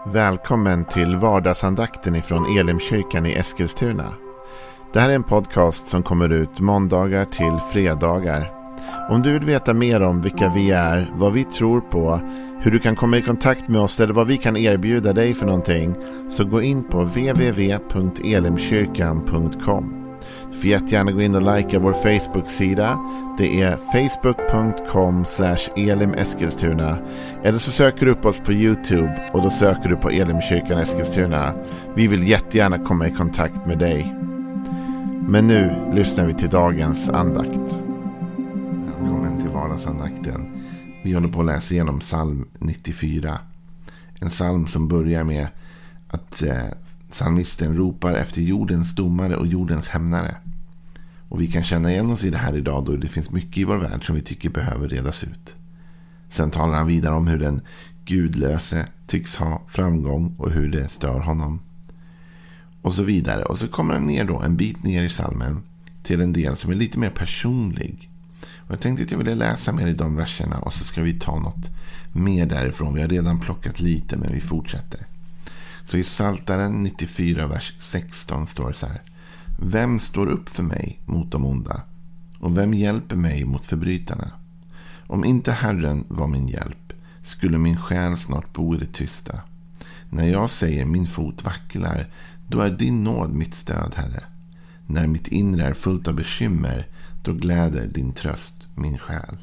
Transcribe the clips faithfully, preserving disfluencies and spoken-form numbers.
Välkommen till vardagsandakten ifrån Elimkyrkan i Eskilstuna. Det här är en podcast som kommer ut måndagar till fredagar. Om du vill veta mer om vilka vi är, vad vi tror på, hur du kan komma i kontakt med oss eller vad vi kan erbjuda dig för någonting, så gå in på w w w punkt elimkyrkan punkt com. Du får jättegärna gå in och likea vår Facebook-sida. Det är facebook punkt com slash elimeskilstuna. Eller så söker du upp oss på YouTube och då söker du på Elimkyrkan Eskilstuna. Vi vill jättegärna komma i kontakt med dig. Men nu lyssnar vi till dagens andakt. Välkommen till vardagsandakten. Vi håller på att läsa igenom psalm nittiofyra. En psalm som börjar med att eh, psalmisten ropar efter jordens domare och jordens hämnare. Och vi kan känna igen oss i det här idag, då det finns mycket i vår värld som vi tycker behöver redas ut. Sen talar han vidare om hur den gudlöse tycks ha framgång och hur det stör honom. Och så vidare. Och så kommer han ner då en bit ner i psalmen till en del som är lite mer personlig. Och jag tänkte att jag ville läsa mer i de verserna och så ska vi ta något mer därifrån. Vi har redan plockat lite, men vi fortsätter. Så i Psaltaren nittiofyra vers sexton står det så här: Vem står upp för mig mot de onda? Och vem hjälper mig mot förbrytarna? Om inte Herren var min hjälp, skulle min själ snart bo i det tysta. När jag säger min fot vacklar, då är din nåd mitt stöd, Herre. När mitt inre är fullt av bekymmer, då gläder din tröst min själ.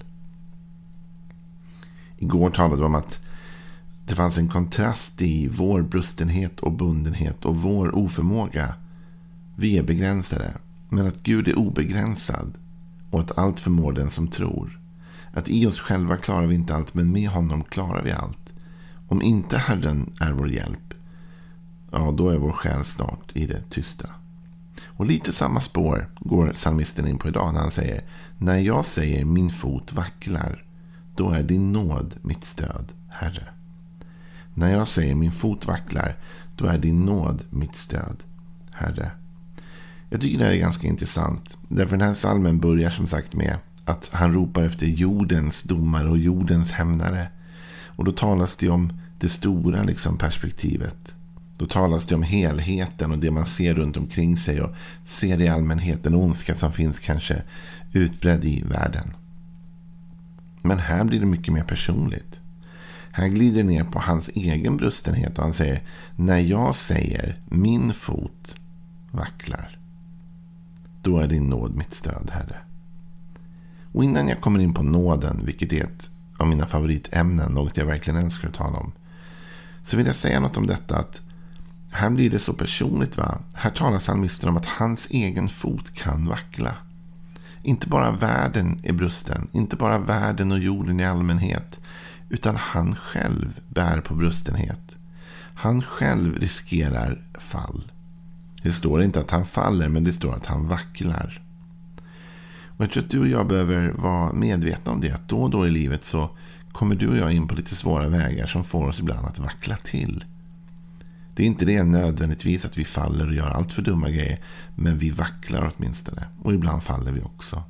Igår talade vi om att det fanns en kontrast i vår brustenhet och bundenhet och vår oförmåga. Vi är begränsade, men att Gud är obegränsad och att allt förmår den som tror. Att i oss själva klarar vi inte allt, men med honom klarar vi allt. Om inte Herren är vår hjälp, ja, då är vår själ snart i det tysta. Och lite samma spår går psalmisten in på idag när han säger: När jag säger min fot vacklar, då är din nåd mitt stöd, Herre. När jag säger min fot vacklar, då är din nåd mitt stöd, Herre. Jag tycker det här är ganska intressant. Därför den här psalmen börjar som sagt med att han ropar efter jordens domare och jordens hämnare. Och då talas det om det stora liksom, perspektivet. Då talas det om helheten och det man ser runt omkring sig och ser i allmänheten ondska som finns kanske utbredd i världen. Men här blir det mycket mer personligt. Här glider ner på hans egen brustenhet och han säger: När jag säger min fot vacklar, då är din nåd mitt stöd, Herre. Och innan jag kommer in på nåden, vilket är ett av mina favoritämnen, något jag verkligen önskar att tala om, så vill jag säga något om detta att här blir det så personligt, va? Här talar psalmisten om att hans egen fot kan vackla. Inte bara världen är brusten, inte bara världen och jorden i allmänhet, utan han själv bär på brustenhet. Han själv riskerar fall. Det står inte att han faller, men det står att han vacklar. Och jag tror att du och jag behöver vara medvetna om det. Att då och då i livet så kommer du och jag in på lite svåra vägar som får oss ibland att vackla till. Det är inte det nödvändigtvis att vi faller och gör allt för dumma grejer. Men vi vacklar åtminstone. Och ibland faller vi också.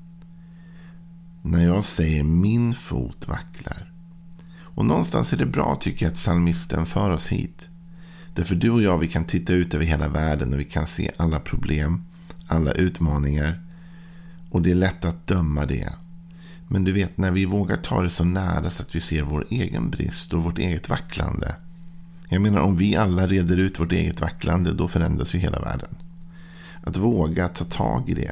När jag säger min fot vacklar. Och någonstans är det bra, tycker jag, att psalmisten för oss hit. Därför du och jag, vi kan titta ut över hela världen och vi kan se alla problem, alla utmaningar. Och det är lätt att döma det. Men du vet, när vi vågar ta det så nära så att vi ser vår egen brist och vårt eget vacklande. Jag menar, om vi alla reder ut vårt eget vacklande, då förändras ju hela världen. Att våga ta tag i det.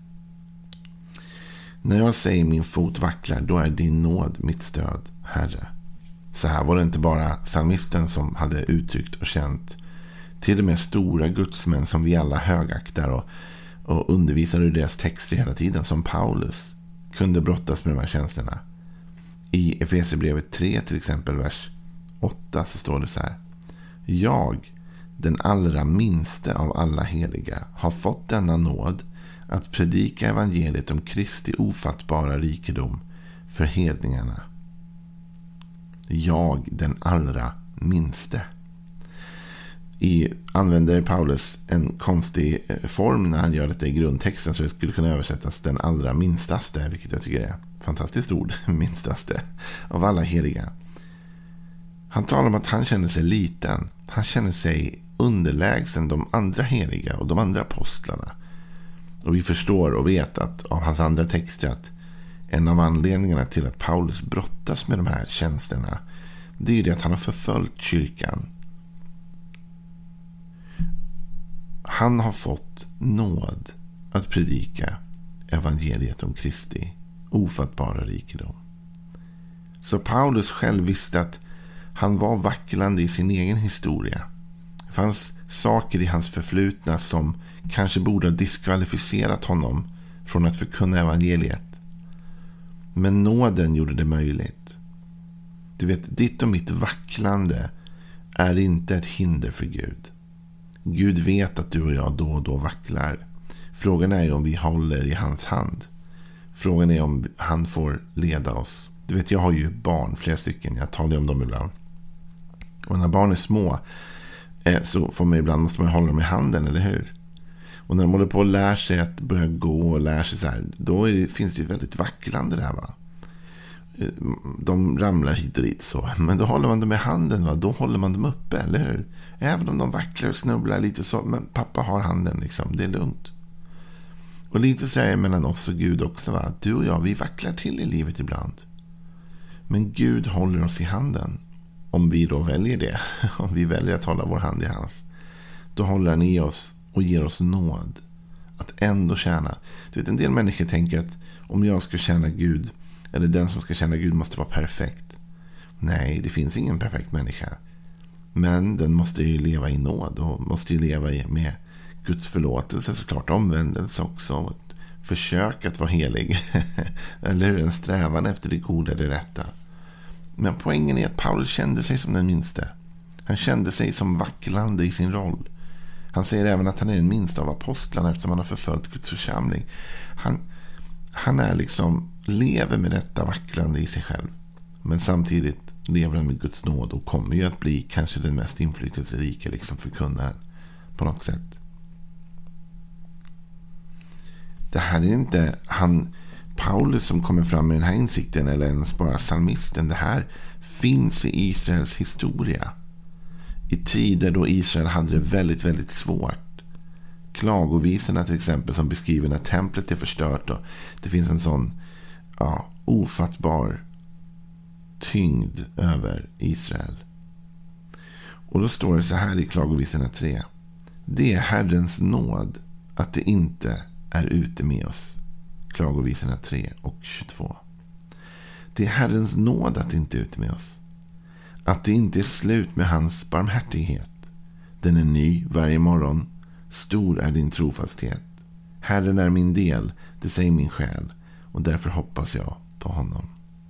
När jag säger min fot vacklar, då är din nåd mitt stöd, Herre. Så här var det inte bara psalmisten som hade uttryckt och känt. Till och med stora gudsmän som vi alla högaktar och, och undervisar ur deras texter hela tiden, som Paulus, kunde brottas med de här känslorna. I Efesierbrevet tre till exempel, vers åtta, så står det så här: Jag, den allra minste av alla heliga, har fått denna nåd att predika evangeliet om Kristi ofattbara rikedom för hedningarna. Jag, den allra minste. I använder Paulus en konstig form när han gör detta i grundtexten, så det skulle kunna översättas den allra minstaste, vilket jag tycker är ett fantastiskt ord, minstaste av alla heliga. Han talar om att han känner sig liten. Han känner sig underlägsen de andra heliga och de andra apostlarna. Och vi förstår och vet att av hans andra texter att en av anledningarna till att Paulus brottas med de här tjänsterna, det är ju det att han har förföljt kyrkan. Han har fått nåd att predika evangeliet om Kristi ofattbara rikedom. Så Paulus själv visste att han var vacklande i sin egen historia. Det fanns saker i hans förflutna som kanske borde ha diskvalificerat honom från att förkunna evangeliet. Men nåden gjorde det möjligt. Du vet, ditt och mitt vacklande är inte ett hinder för Gud. Gud vet att du och jag då och då vacklar. Frågan är om vi håller i hans hand. Frågan är om han får leda oss. Du vet, jag har ju barn, flera stycken. Jag talar om dem ibland. Och när barn är små eh, så får man ibland, måste man hålla dem i handen, eller hur? Och när de håller på och lär sig att börja gå och lär sig så här, då är det, finns det ju väldigt vacklande där, va? De ramlar hit och dit så. Men då håller man dem i handen, va? Då håller man dem uppe, eller hur? Även om de vacklar och snubblar lite så. Men pappa har handen liksom, det är lugnt. Och lite så är det mellan oss och Gud också, va? Du och jag, vi vacklar till i livet ibland. Men Gud håller oss i handen. Om vi då väljer det. Om vi väljer att hålla vår hand i hans. Då håller han i oss och ger oss nåd. Att ändå tjäna. Du vet, en del människor tänker att om jag ska tjäna Gud, eller den som ska tjäna Gud måste vara perfekt. Nej, det finns ingen perfekt människa. Men den måste ju leva i nåd. Och måste ju leva med Guds förlåtelse, såklart omvändelse också. Försök att vara helig. Eller hur? En strävan efter det goda, det rätta. Men poängen är att Paulus kände sig som den minste. Han kände sig som vacklande i sin roll. Han säger även att han är den minsta av apostlarna eftersom han har förföljt Guds församling. Han, han är liksom, lever med detta vacklande i sig själv. Men samtidigt lever han med Guds nåd och kommer ju att bli kanske den mest inflytelserika liksom förkunnaren på något sätt. Det här är inte han, Paulus, som kommer fram med den här insikten eller ens bara psalmisten. Det här finns i Israels historia. I tider då Israel hade det väldigt, väldigt svårt. Klagovisorna till exempel som beskriver när templet är förstört. Och det finns en sån ja, ofattbar tyngd över Israel. Och då står det så här i Klagovisorna tre. Det är Herrens nåd att det inte är ute med oss. Klagovisorna tre och tjugotvå. Det är Herrens nåd att det inte är ute med oss. Att det inte är slut med hans barmhärtighet. Den är ny varje morgon. Stor är din trofasthet. Herren är min del, det säger min själ. Och därför hoppas jag på honom.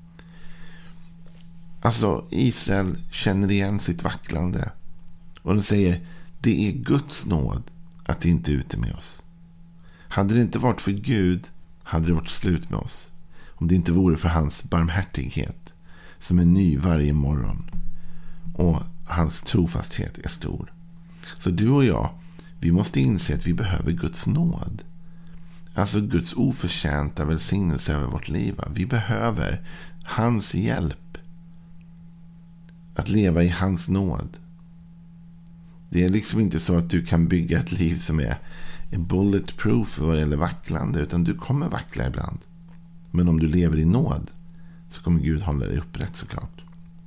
Alltså, Israel känner igen sitt vacklande. Och de säger, det är Guds nåd att det inte är ute med oss. Hade det inte varit för Gud hade det varit slut med oss. Om det inte vore för hans barmhärtighet som är ny varje morgon. Och hans trofasthet är stor. Så du och jag, vi måste inse att vi behöver Guds nåd. Alltså Guds oförtjänta välsignelse över vårt liv. Vi behöver hans hjälp att leva i hans nåd. Det är liksom inte så att du kan bygga ett liv som är bulletproof vad det gäller vacklande, utan du kommer vackla ibland. Men om du lever i nåd så kommer Gud hålla dig upprätt, såklart.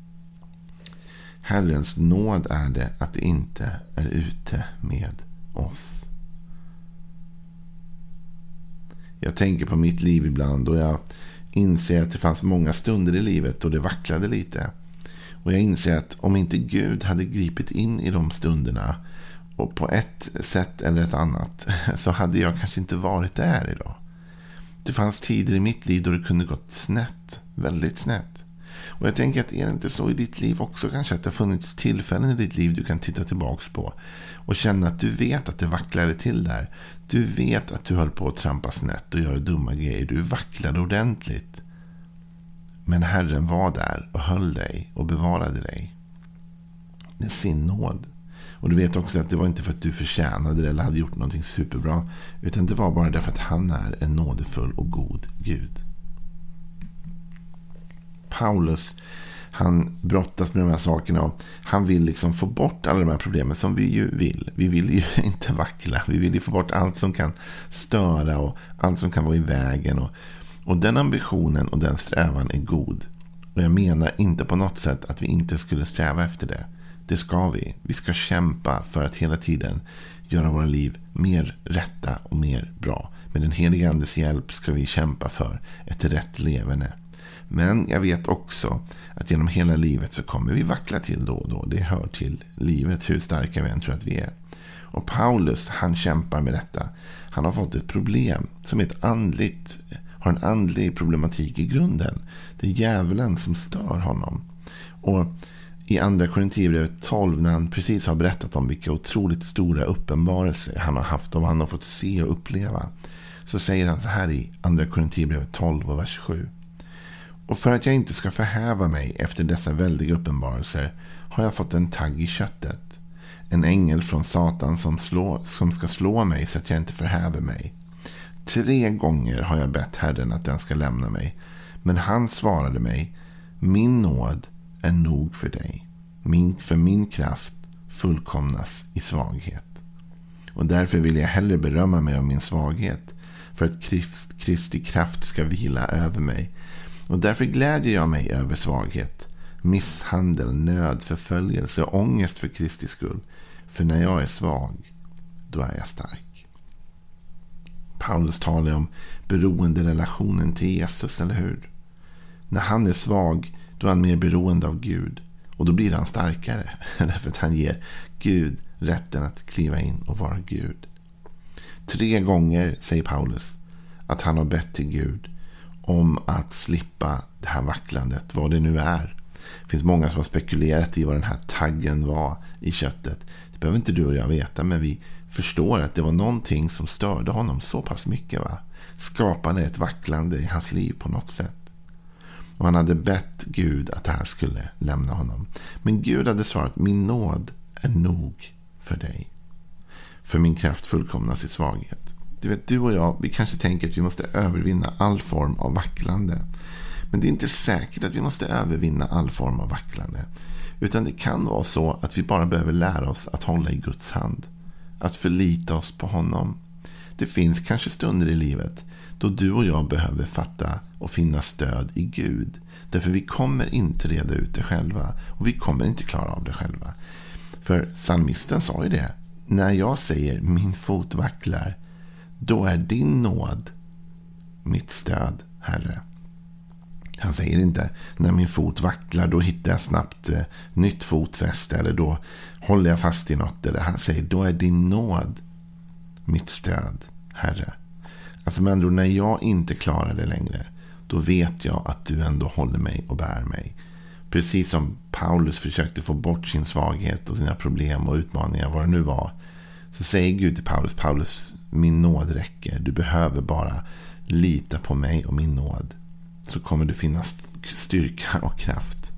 Herrens nåd är det att det inte är ute med oss. Jag tänker på mitt liv ibland och jag inser att det fanns många stunder i livet då det vacklade lite. Och jag inser att om inte Gud hade gripit in i de stunderna och på ett sätt eller ett annat så hade jag kanske inte varit där idag. Det fanns tider i mitt liv då det kunde gått snett, väldigt snett. Och jag tänker att är det inte så i ditt liv också kanske att det har funnits tillfällen i ditt liv du kan titta tillbaks på och känna att du vet att det vacklade till där. Du vet att du höll på att trampa snett och göra dumma grejer. Du vacklade ordentligt. Men Herren var där och höll dig och bevarade dig. Det är sin nåd. Och du vet också att det var inte för att du förtjänade det eller hade gjort någonting superbra, utan det var bara därför att han är en nådefull och god Gud. Paulus, Han brottas med de här sakerna och han vill liksom få bort alla de här problemen som vi ju vill. Vi vill ju inte vackla. Vi vill ju få bort allt som kan störa och allt som kan vara i vägen. Och, och den ambitionen och den strävan är god. Och jag menar inte på något sätt att vi inte skulle sträva efter det. Det ska vi. Vi ska kämpa för att hela tiden göra våra liv mer rätta och mer bra. Med den heliga andes hjälp ska vi kämpa för ett rätt leverne. Men jag vet också att genom hela livet så kommer vi vackla till då och då. Det hör till livet, hur starka vi än tror att vi är. Och Paulus, han kämpar med detta. Han har fått ett problem som är ett andligt, har en andlig problematik i grunden. Det är djävulen som stör honom. Och i andra Korinthierbrevet tolv, när han precis har berättat om vilka otroligt stora uppenbarelser han har haft och vad han har fått se och uppleva, så säger han så här i andra Korinthierbrevet tolv och vers sju. Och för att jag inte ska förhäva mig efter dessa väldiga uppenbarelser har jag fått en tagg i köttet. En ängel från Satan som, slå, som ska slå mig så att jag inte förhäver mig. Tre gånger har jag bett Herren att den ska lämna mig. Men han svarade mig: min nåd är nog för dig. Min, för min kraft fullkomnas i svaghet. Och därför vill jag hellre berömma mig om min svaghet, för att Kristi kraft ska vila över mig. Och därför glädjer jag mig över svaghet, misshandel, nöd, förföljelse och ångest för Kristi skull. För när jag är svag, då är jag stark. Paulus talar om beroende relationen till Jesus, eller hur? När han är svag, då är han mer beroende av Gud. Och då blir han starkare. Därför att han ger Gud rätten att kliva in och vara Gud. Tre gånger säger Paulus att han har bett till Gud om att slippa det här vacklandet, vad det nu är. Det finns många som har spekulerat i vad den här taggen var i köttet. Det behöver inte du och jag veta, men vi förstår att det var någonting som störde honom så pass mycket, va? Skapade ett vacklande i hans liv på något sätt. Och han hade bett Gud att det här skulle lämna honom. Men Gud hade svarat: min nåd är nog för dig. För min kraft fullkomnas i svaghet. Du vet, du och jag, vi kanske tänker att vi måste övervinna all form av vacklande. Men det är inte säkert att vi måste övervinna all form av vacklande. Utan det kan vara så att vi bara behöver lära oss att hålla i Guds hand. Att förlita oss på honom. Det finns kanske stunder i livet då du och jag behöver fatta och finna stöd i Gud. Därför vi kommer inte reda ut det själva. Och vi kommer inte klara av det själva. För psalmisten sa ju det: när jag säger min fot vacklar, då är din nåd mitt stöd, Herre. Han säger inte: när min fot vacklar, då hittar jag snabbt eh, nytt fotfäste, eller då håller jag fast i något. Eller han säger: då är din nåd mitt stöd, Herre. Alltså med andra ord, när jag inte klarar det längre, då vet jag att du ändå håller mig och bär mig. Precis som Paulus försökte få bort sin svaghet och sina problem och utmaningar, vad det nu var, så säger Gud till Paulus: Paulus, min nåd räcker. Du behöver bara lita på mig och min nåd, så kommer du finna styrka och kraft.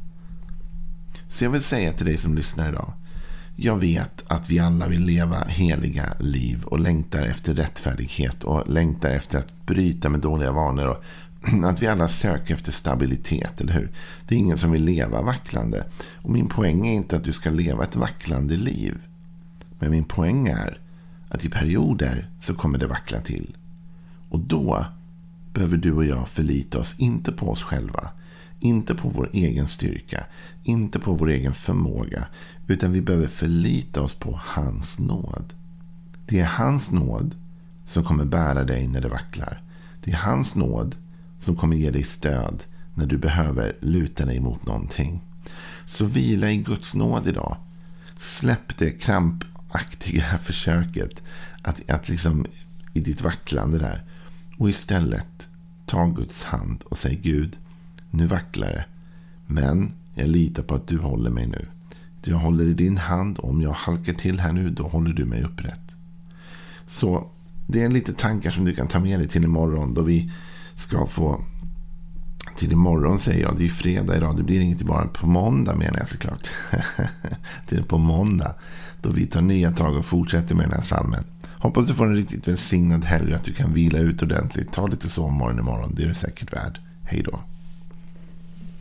Så jag vill säga till dig som lyssnar idag: jag vet att vi alla vill leva heliga liv och längtar efter rättfärdighet och längtar efter att bryta med dåliga vanor, och att vi alla söker efter stabilitet, eller hur? Det är ingen som vill leva vacklande. Och min poäng är inte att du ska leva ett vacklande liv. Men min poäng är att i perioder så kommer det vackla till. Och då behöver du och jag förlita oss inte på oss själva, inte på vår egen styrka, inte på vår egen förmåga, utan vi behöver förlita oss på hans nåd. Det är hans nåd som kommer bära dig när det vacklar. Det är hans nåd som kommer ge dig stöd när du behöver luta dig mot någonting. Så vila i Guds nåd idag. Släpp det krampaktiga försöket att, att liksom i ditt vacklande där, och istället ta Guds hand och säg: Gud, nu vacklar det, men jag litar på att du håller mig nu. Jag håller i din hand, och om jag halkar till här nu, då håller du mig upprätt. Så det är lite tankar som du kan ta med dig till imorgon, då vi ska få till imorgon, säger jag. Det är ju fredag idag, det blir inget bara på måndag, menar jag såklart. Det är på måndag då vi tar nya tag och fortsätter med den här psalmen. Hoppas du får en riktigt välsignad helg, att du kan vila ut ordentligt. Ta lite sovmorgon imorgon, det är du säkert värd. Hej då.